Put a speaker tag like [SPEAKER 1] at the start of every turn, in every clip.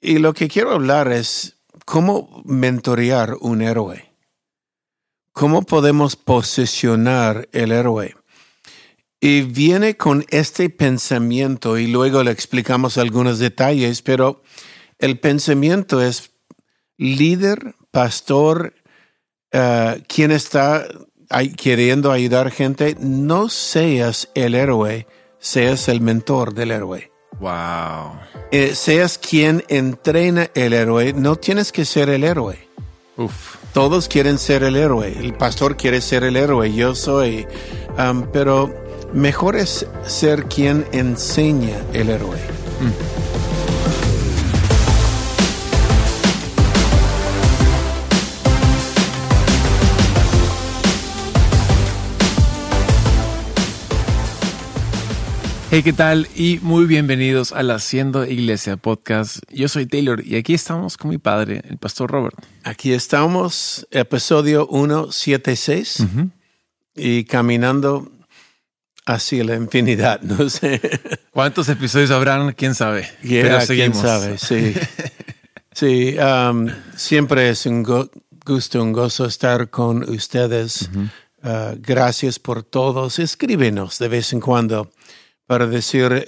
[SPEAKER 1] Y lo que quiero hablar es cómo mentorear un héroe. ¿Cómo podemos posicionar el héroe? Y viene con este pensamiento y luego le explicamos algunos detalles, pero el pensamiento es líder, pastor, quien está queriendo ayudar gente, no seas el héroe, seas el mentor del héroe.
[SPEAKER 2] Wow.
[SPEAKER 1] Seas quien entrena el héroe, no tienes que ser el héroe.
[SPEAKER 2] Uf.
[SPEAKER 1] Todos quieren ser el héroe, el pastor quiere ser el héroe, yo soy, pero mejor es ser quien enseña el héroe.
[SPEAKER 2] Hey, ¿qué tal? Y muy bienvenidos al Haciendo Iglesia Podcast. Yo soy Taylor y aquí estamos con mi padre, el pastor Robert.
[SPEAKER 1] Aquí estamos, episodio 176, y caminando hacia la infinidad, no sé.
[SPEAKER 2] ¿Cuántos episodios habrán? ¿Quién sabe? Pero seguimos.
[SPEAKER 1] ¿Quién sabe? Sí. Sí, siempre es un gusto, un gozo estar con ustedes. Gracias por todos. Escríbenos de vez en cuando para decir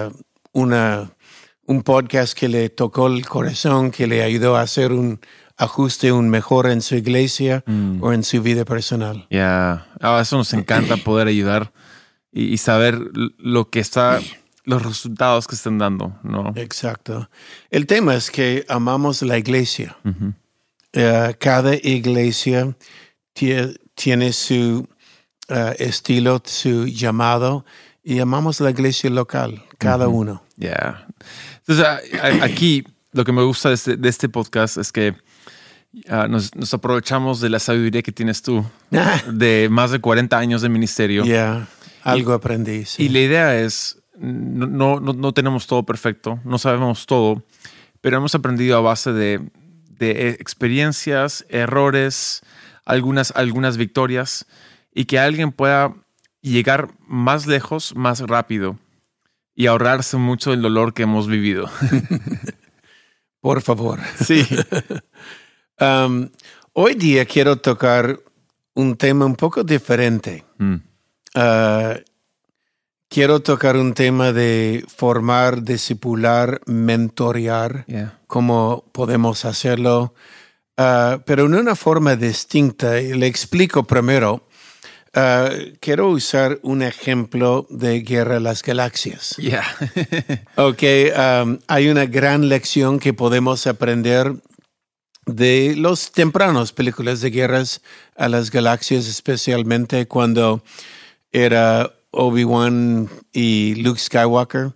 [SPEAKER 1] un podcast que le tocó el corazón, que le ayudó a hacer un ajuste, un mejor en su iglesia o en su vida personal.
[SPEAKER 2] Eso nos encanta poder ayudar y saber lo que está, los resultados que están dando, ¿no?
[SPEAKER 1] Exacto. El tema es que amamos la iglesia. Cada iglesia tiene su estilo, su llamado, y amamos la iglesia local, cada uno.
[SPEAKER 2] Entonces, aquí lo que me gusta de este podcast es que nos aprovechamos de la sabiduría que tienes tú, de más de 40 años de ministerio.
[SPEAKER 1] Algo aprendí. Sí.
[SPEAKER 2] Y la idea es, no tenemos todo perfecto, no sabemos todo, pero hemos aprendido a base de experiencias, errores, algunas victorias, y que alguien pueda llegar más lejos, más rápido y ahorrarse mucho del dolor que hemos vivido.
[SPEAKER 1] Por favor.
[SPEAKER 2] Sí.
[SPEAKER 1] Hoy día quiero tocar un tema un poco diferente. Quiero tocar un tema de formar, discipular, mentorear, cómo podemos hacerlo, pero en una forma distinta. Le explico primero. Quiero usar un ejemplo de Guerra de las Galaxias. Hay una gran lección que podemos aprender de los tempranos películas de Guerras a las Galaxias, especialmente cuando era Obi-Wan y Luke Skywalker.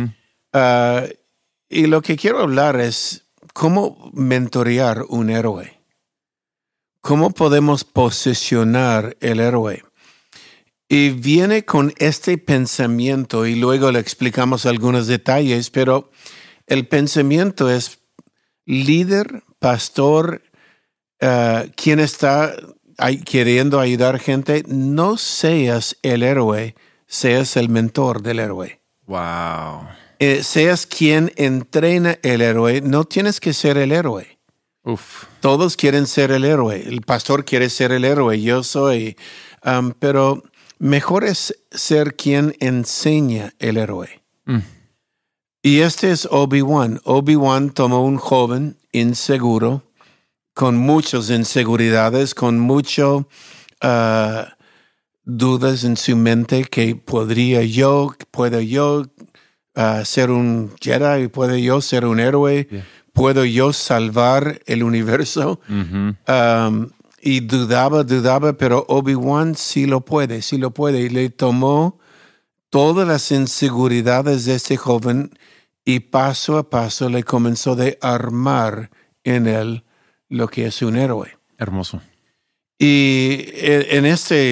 [SPEAKER 1] Y lo que quiero hablar es cómo mentorear un héroe. ¿Cómo podemos posicionar el héroe? Y viene con este pensamiento y luego le explicamos algunos detalles, pero el pensamiento es líder, pastor, quien está queriendo ayudar gente, no seas el héroe, seas el mentor del héroe.
[SPEAKER 2] Wow.
[SPEAKER 1] Seas quien entrena el héroe, no tienes que ser el héroe.
[SPEAKER 2] Uf.
[SPEAKER 1] Todos quieren ser el héroe, el pastor quiere ser el héroe, yo soy, pero mejor es ser quien enseña el héroe. Y este es Obi-Wan. Obi-Wan tomó un joven inseguro, con muchas inseguridades, con muchas dudas en su mente que puedo yo ser un Jedi, puedo yo ser un héroe, puedo yo salvar el universo. Y dudaba, pero Obi-Wan sí lo puede. Y le tomó todas las inseguridades de este joven y paso a paso le comenzó a armar en él lo que es un héroe.
[SPEAKER 2] Hermoso.
[SPEAKER 1] Y en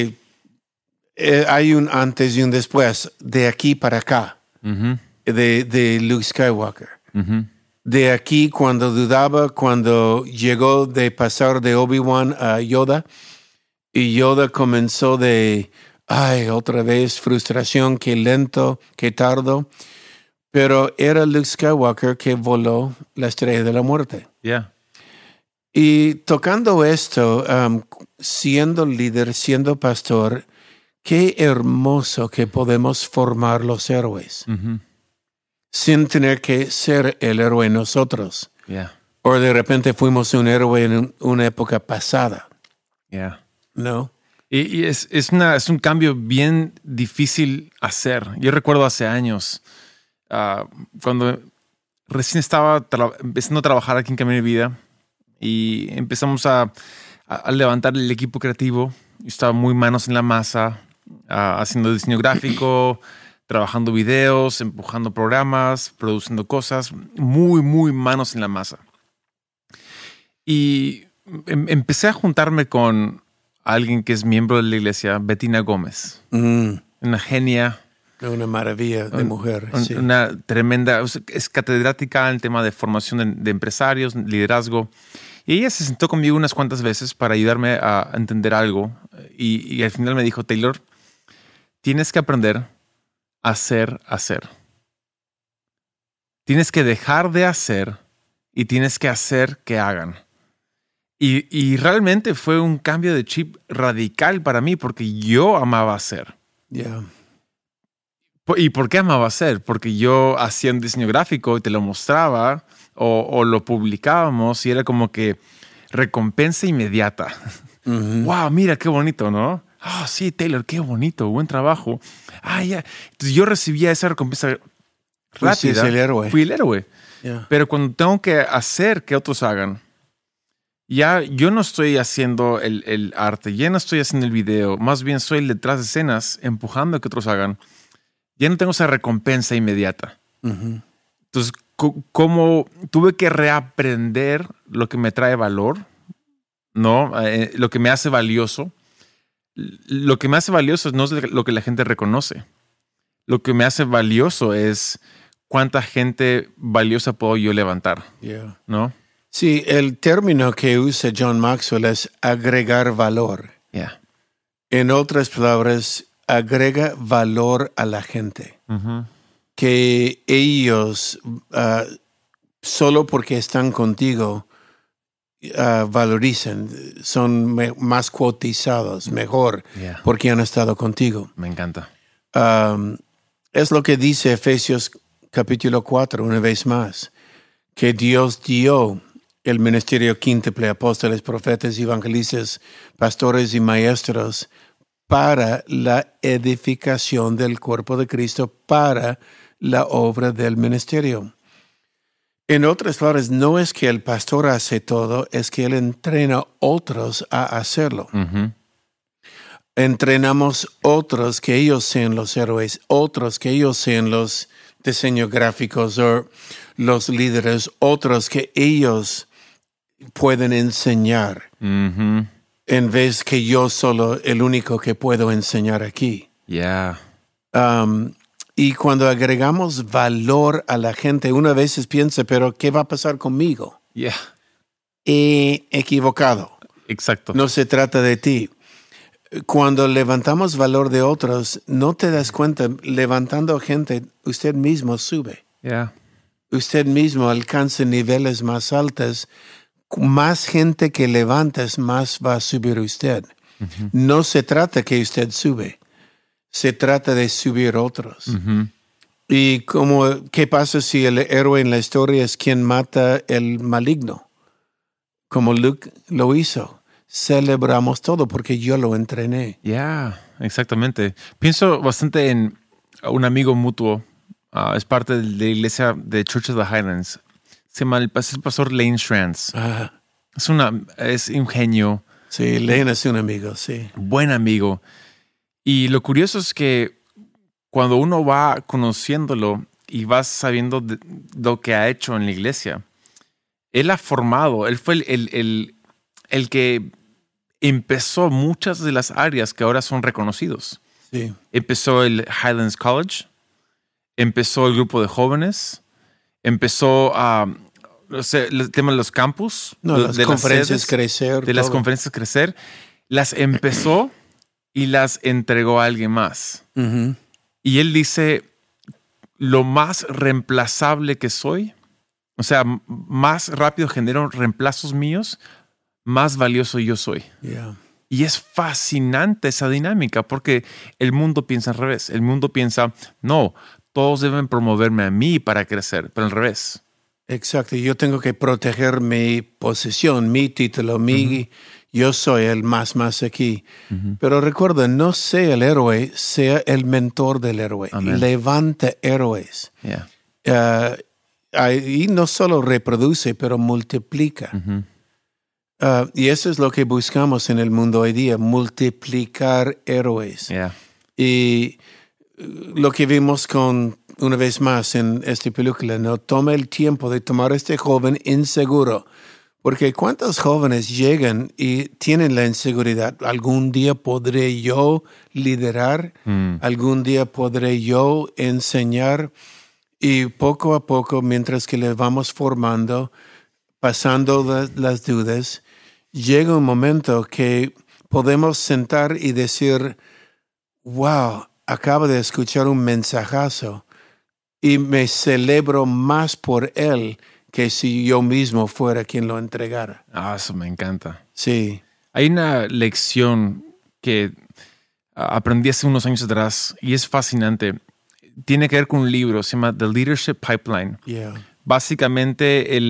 [SPEAKER 1] hay un antes y un después, de aquí para acá, de Luke Skywalker. De aquí cuando dudaba, cuando llegó de pasar de Obi-Wan a Yoda, y Yoda comenzó otra vez frustración, qué lento, qué tardo. pero era Luke Skywalker que voló la estrella de la muerte.
[SPEAKER 2] Yeah.
[SPEAKER 1] Y tocando esto, siendo líder, siendo pastor, qué hermoso que podemos formar los héroes sin tener que ser el héroe nosotros.
[SPEAKER 2] Yeah.
[SPEAKER 1] O de repente fuimos un héroe en una época pasada.
[SPEAKER 2] Yeah.
[SPEAKER 1] ¿No?
[SPEAKER 2] Y es un cambio bien difícil hacer. Yo recuerdo hace años, cuando recién estaba empezando a trabajar aquí en Camino de Vida y empezamos a levantar el equipo creativo. Yo estaba muy manos en la masa, haciendo diseño gráfico, trabajando videos, empujando programas, produciendo cosas, muy, muy manos en la masa. Y empecé a juntarme con alguien que es miembro de la iglesia, Bettina Gómez. Una genia.
[SPEAKER 1] Una maravilla de mujer. Sí.
[SPEAKER 2] Una tremenda, es catedrática en el tema de formación de empresarios, liderazgo. Y ella se sentó conmigo unas cuantas veces para ayudarme a entender algo. Y al final me dijo, Taylor, tienes que aprender a hacer. Tienes que dejar de hacer y tienes que hacer que hagan. Y realmente fue un cambio de chip radical para mí porque yo amaba hacer.
[SPEAKER 1] Yeah.
[SPEAKER 2] ¿Y por qué amaba hacer? Porque yo hacía un diseño gráfico y te lo mostraba o lo publicábamos y era como que recompensa inmediata. Wow, mira qué bonito, ¿no? Ah, sí, Taylor, qué bonito, buen trabajo. Ya. Entonces yo recibía esa recompensa rápida.
[SPEAKER 1] El héroe.
[SPEAKER 2] Fui el héroe.
[SPEAKER 1] Yeah.
[SPEAKER 2] Pero cuando tengo que hacer que otros hagan, ya yo no estoy haciendo el arte, ya no estoy haciendo el video, más bien soy el detrás de escenas empujando a que otros hagan. Ya no tengo esa recompensa inmediata. Entonces, como tuve que reaprender lo que me trae valor, ¿no? Lo que me hace valioso. Lo que me hace valioso no es lo que la gente reconoce. Lo que me hace valioso es cuánta gente valiosa puedo yo levantar, ¿no?
[SPEAKER 1] Sí, el término que usa John Maxwell es agregar valor.
[SPEAKER 2] Yeah.
[SPEAKER 1] En otras palabras, agrega valor a la gente. Que ellos, solo porque están contigo, valoricen, son más cotizados, mejor, porque han estado contigo.
[SPEAKER 2] Me encanta.
[SPEAKER 1] Es lo que dice Efesios capítulo 4, una vez más, que Dios dio el ministerio quíntuple, apóstoles, profetas, evangelistas, pastores y maestros, para la edificación del cuerpo de Cristo, para la obra del ministerio. En otras palabras, no es que el pastor hace todo, es que él entrena a otros a hacerlo. Entrenamos otros que ellos sean los héroes, otros que ellos sean los diseños gráficos o los líderes, otros que ellos pueden enseñar. En vez que yo solo el único que puedo enseñar aquí.
[SPEAKER 2] Yeah.
[SPEAKER 1] Y cuando agregamos valor a la gente, una vez piensa, pero ¿qué va a pasar conmigo?
[SPEAKER 2] Yeah.
[SPEAKER 1] Equivocado.
[SPEAKER 2] Exacto.
[SPEAKER 1] No se trata de ti. Cuando levantamos valor de otros, no te das cuenta, levantando gente, usted mismo sube.
[SPEAKER 2] Yeah.
[SPEAKER 1] Usted mismo alcanza niveles más altos. Más gente que levantas, más va a subir usted. No se trata que usted sube. Se trata de subir otros. Y ¿qué pasa si el héroe en la historia es quien mata el maligno? Como Luke lo hizo. Celebramos todo porque yo lo entrené.
[SPEAKER 2] Yeah, exactamente. Pienso bastante en un amigo mutuo. Es parte de la iglesia de Church of the Highlands. Se llama el pastor Lane Strands. Es un genio.
[SPEAKER 1] Sí, Lane es un amigo, sí.
[SPEAKER 2] Buen amigo. Y lo curioso es que cuando uno va conociéndolo y vas sabiendo lo que ha hecho en la iglesia, él ha formado, él fue el que empezó muchas de las áreas que ahora son reconocidos.
[SPEAKER 1] Sí.
[SPEAKER 2] Empezó el Highlands College, empezó el grupo de jóvenes, empezó el tema de los campus,
[SPEAKER 1] las conferencias crecer.
[SPEAKER 2] De las conferencias crecer, las empezó y las entregó a alguien más. Y él dice, lo más reemplazable que soy, o sea, más rápido genero reemplazos míos, más valioso yo soy.
[SPEAKER 1] Yeah.
[SPEAKER 2] Y es fascinante esa dinámica porque el mundo piensa al revés. El mundo piensa, no, todos deben promoverme a mí para crecer, pero al revés.
[SPEAKER 1] Exacto. Yo tengo que proteger mi posición, mi título, yo soy el más aquí. Pero recuerda, no sea el héroe, sea el mentor del héroe.
[SPEAKER 2] Amén.
[SPEAKER 1] Levanta héroes.
[SPEAKER 2] Yeah.
[SPEAKER 1] Y no solo reproduce, pero multiplica. Y eso es lo que buscamos en el mundo hoy día, multiplicar héroes.
[SPEAKER 2] Yeah.
[SPEAKER 1] Y lo que vimos una vez más en esta película, no toma el tiempo de tomar a este joven inseguro. Porque ¿cuántos jóvenes llegan y tienen la inseguridad? ¿Algún día podré yo liderar? ¿Algún día podré yo enseñar? Y poco a poco, mientras que le vamos formando, pasando las dudas, llega un momento que podemos sentar y decir, wow, acabo de escuchar un mensajazo y me celebro más por él que si yo mismo fuera quien lo entregara.
[SPEAKER 2] Eso me encanta.
[SPEAKER 1] Sí.
[SPEAKER 2] Hay una lección que aprendí hace unos años atrás y es fascinante. Tiene que ver con un libro, se llama The Leadership Pipeline.
[SPEAKER 1] Yeah.
[SPEAKER 2] Básicamente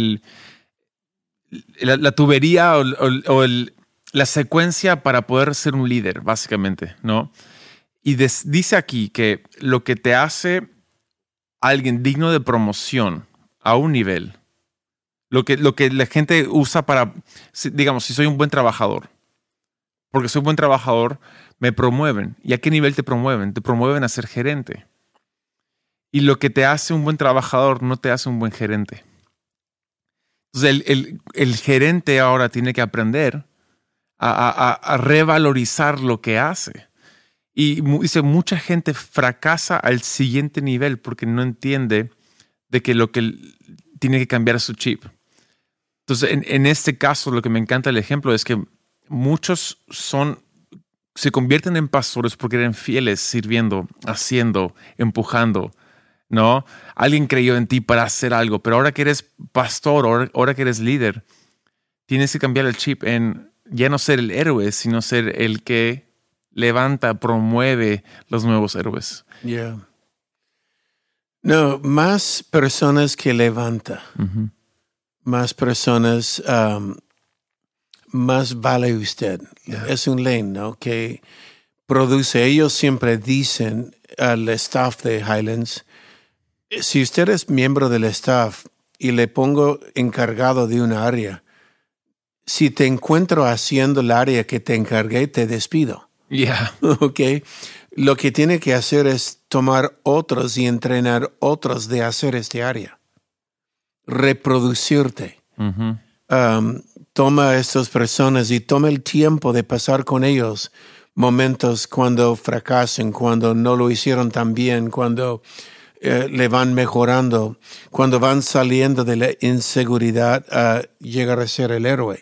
[SPEAKER 2] la tubería o la secuencia para poder ser un líder, básicamente, ¿no? Y dice aquí que lo que te hace alguien digno de promoción a un nivel, lo que la gente usa para, digamos, si soy un buen trabajador, porque soy un buen trabajador, me promueven. ¿Y a qué nivel te promueven? Te promueven a ser gerente. Y lo que te hace un buen trabajador no te hace un buen gerente. Entonces el gerente ahora tiene que aprender a revalorizar lo que hace. Y dice, mucha gente fracasa al siguiente nivel porque no entiende de que lo que tiene que cambiar su chip. Entonces, en este caso, lo que me encanta el ejemplo es que muchos se convierten en pastores porque eran fieles, sirviendo, haciendo, empujando, ¿no? Alguien creyó en ti para hacer algo, pero ahora que eres pastor, ahora que eres líder, tienes que cambiar el chip en ya no ser el héroe, sino ser el que levanta, promueve los nuevos héroes.
[SPEAKER 1] Yeah. No, más personas que levanta. Más personas, más vale usted.
[SPEAKER 2] Yeah.
[SPEAKER 1] Es un lane, ¿no? Que produce. Ellos siempre dicen al staff de Highlands, si usted es miembro del staff y le pongo encargado de una área, si te encuentro haciendo el área que te encargué, te despido.
[SPEAKER 2] Yeah.
[SPEAKER 1] ¿Ok? Lo que tiene que hacer es tomar otros y entrenar otros de hacer este área. Reproducirte. Toma a estas personas y toma el tiempo de pasar con ellos momentos cuando fracasen, cuando no lo hicieron tan bien, cuando le van mejorando, cuando van saliendo de la inseguridad a llegar a ser el héroe.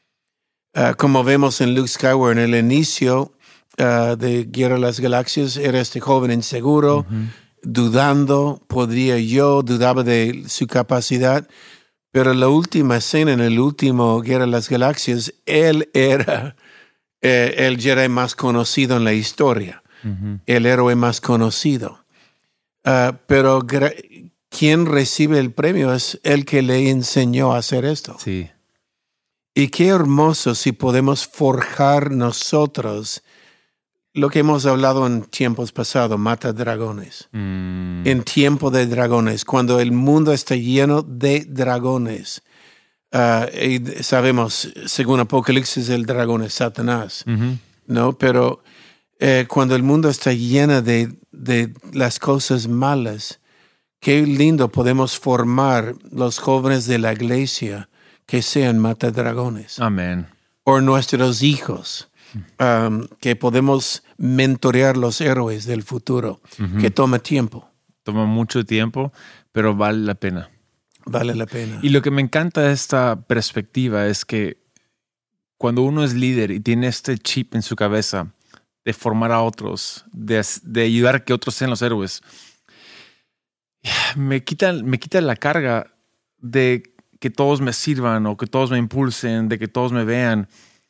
[SPEAKER 1] Como vemos en Luke Skywalker, en el inicio de Guerra de las Galaxias, era este joven inseguro, dudando, dudaba de su capacidad, pero en la última escena, en el último Guerra de las Galaxias, él era el Jedi más conocido en la historia, el héroe más conocido. Pero quien recibe el premio es el que le enseñó a hacer esto.
[SPEAKER 2] Sí.
[SPEAKER 1] Y qué hermoso si podemos forjar nosotros lo que hemos hablado en tiempos pasados, mata dragones. En tiempo de dragones, cuando el mundo está lleno de dragones. Y sabemos, según Apocalipsis, el dragón es Satanás, ¿no? Pero cuando el mundo está lleno de las cosas malas, qué lindo podemos formar los jóvenes de la iglesia que sean matadragones.
[SPEAKER 2] Amén.
[SPEAKER 1] O nuestros hijos, que podemos mentorear los héroes del futuro, que toma tiempo.
[SPEAKER 2] Toma mucho tiempo, pero vale la pena.
[SPEAKER 1] Vale la pena.
[SPEAKER 2] Y lo que me encanta de esta perspectiva es que cuando uno es líder y tiene este chip en su cabeza de formar a otros, de ayudar a que otros sean los héroes, me quita la carga de que todos me sirvan o que todos me impulsen, de que todos me vean.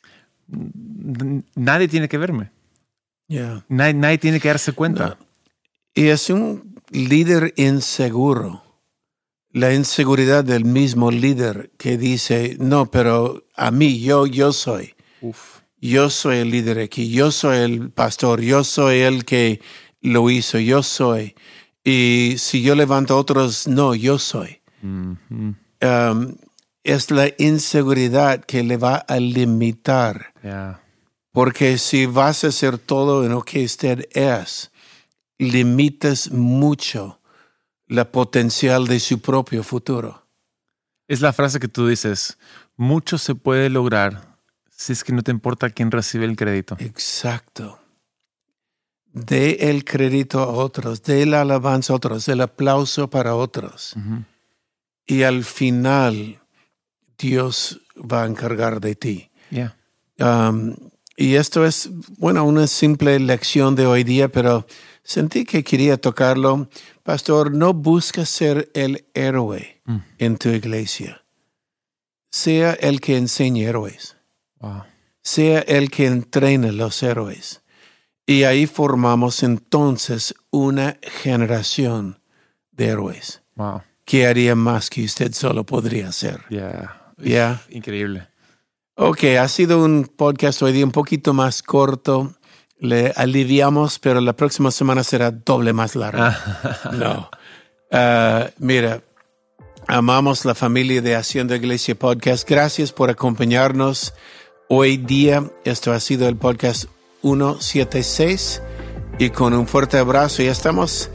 [SPEAKER 2] Nadie tiene que verme.
[SPEAKER 1] Yeah.
[SPEAKER 2] Nadie tiene que darse cuenta.
[SPEAKER 1] No. Y es un líder inseguro. La inseguridad del mismo líder que dice, no, pero a mí, yo soy.
[SPEAKER 2] Uf.
[SPEAKER 1] Yo soy el líder aquí. Yo soy el pastor. Yo soy el que lo hizo. Yo soy. Y si yo levanto a otros, no, yo soy.
[SPEAKER 2] Mm-hmm.
[SPEAKER 1] Es la inseguridad que le va a limitar.
[SPEAKER 2] Yeah.
[SPEAKER 1] Porque si vas a hacer todo en lo que usted es, limitas mucho la potencial de su propio futuro.
[SPEAKER 2] Es la frase que tú dices, mucho se puede lograr si es que no te importa quién recibe el crédito.
[SPEAKER 1] Exacto. Dé el crédito a otros, dé la alabanza a otros, el aplauso para otros.
[SPEAKER 2] Uh-huh.
[SPEAKER 1] Y al final, Dios va a encargar de ti.
[SPEAKER 2] Yeah.
[SPEAKER 1] Y esto es, una simple lección de hoy día, pero sentí que quería tocarlo. Pastor, no busques ser el héroe en tu iglesia. Sea el que enseñe héroes.
[SPEAKER 2] Wow.
[SPEAKER 1] Sea el que entrene los héroes. Y ahí formamos entonces una generación de héroes.
[SPEAKER 2] Wow.
[SPEAKER 1] Que haría más que usted solo podría hacer.
[SPEAKER 2] Yeah. Increíble.
[SPEAKER 1] Ok, ha sido un podcast hoy día un poquito más corto. Le aliviamos, pero la próxima semana será doble más largo. No. Mira, amamos la familia de Haciendo Iglesia Podcast. Gracias por acompañarnos hoy día. Esto ha sido el podcast 176 y con un fuerte abrazo. Ya estamos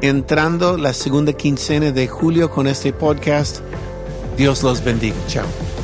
[SPEAKER 1] entrando la segunda quincena de julio con este podcast. Dios los bendiga. Chao.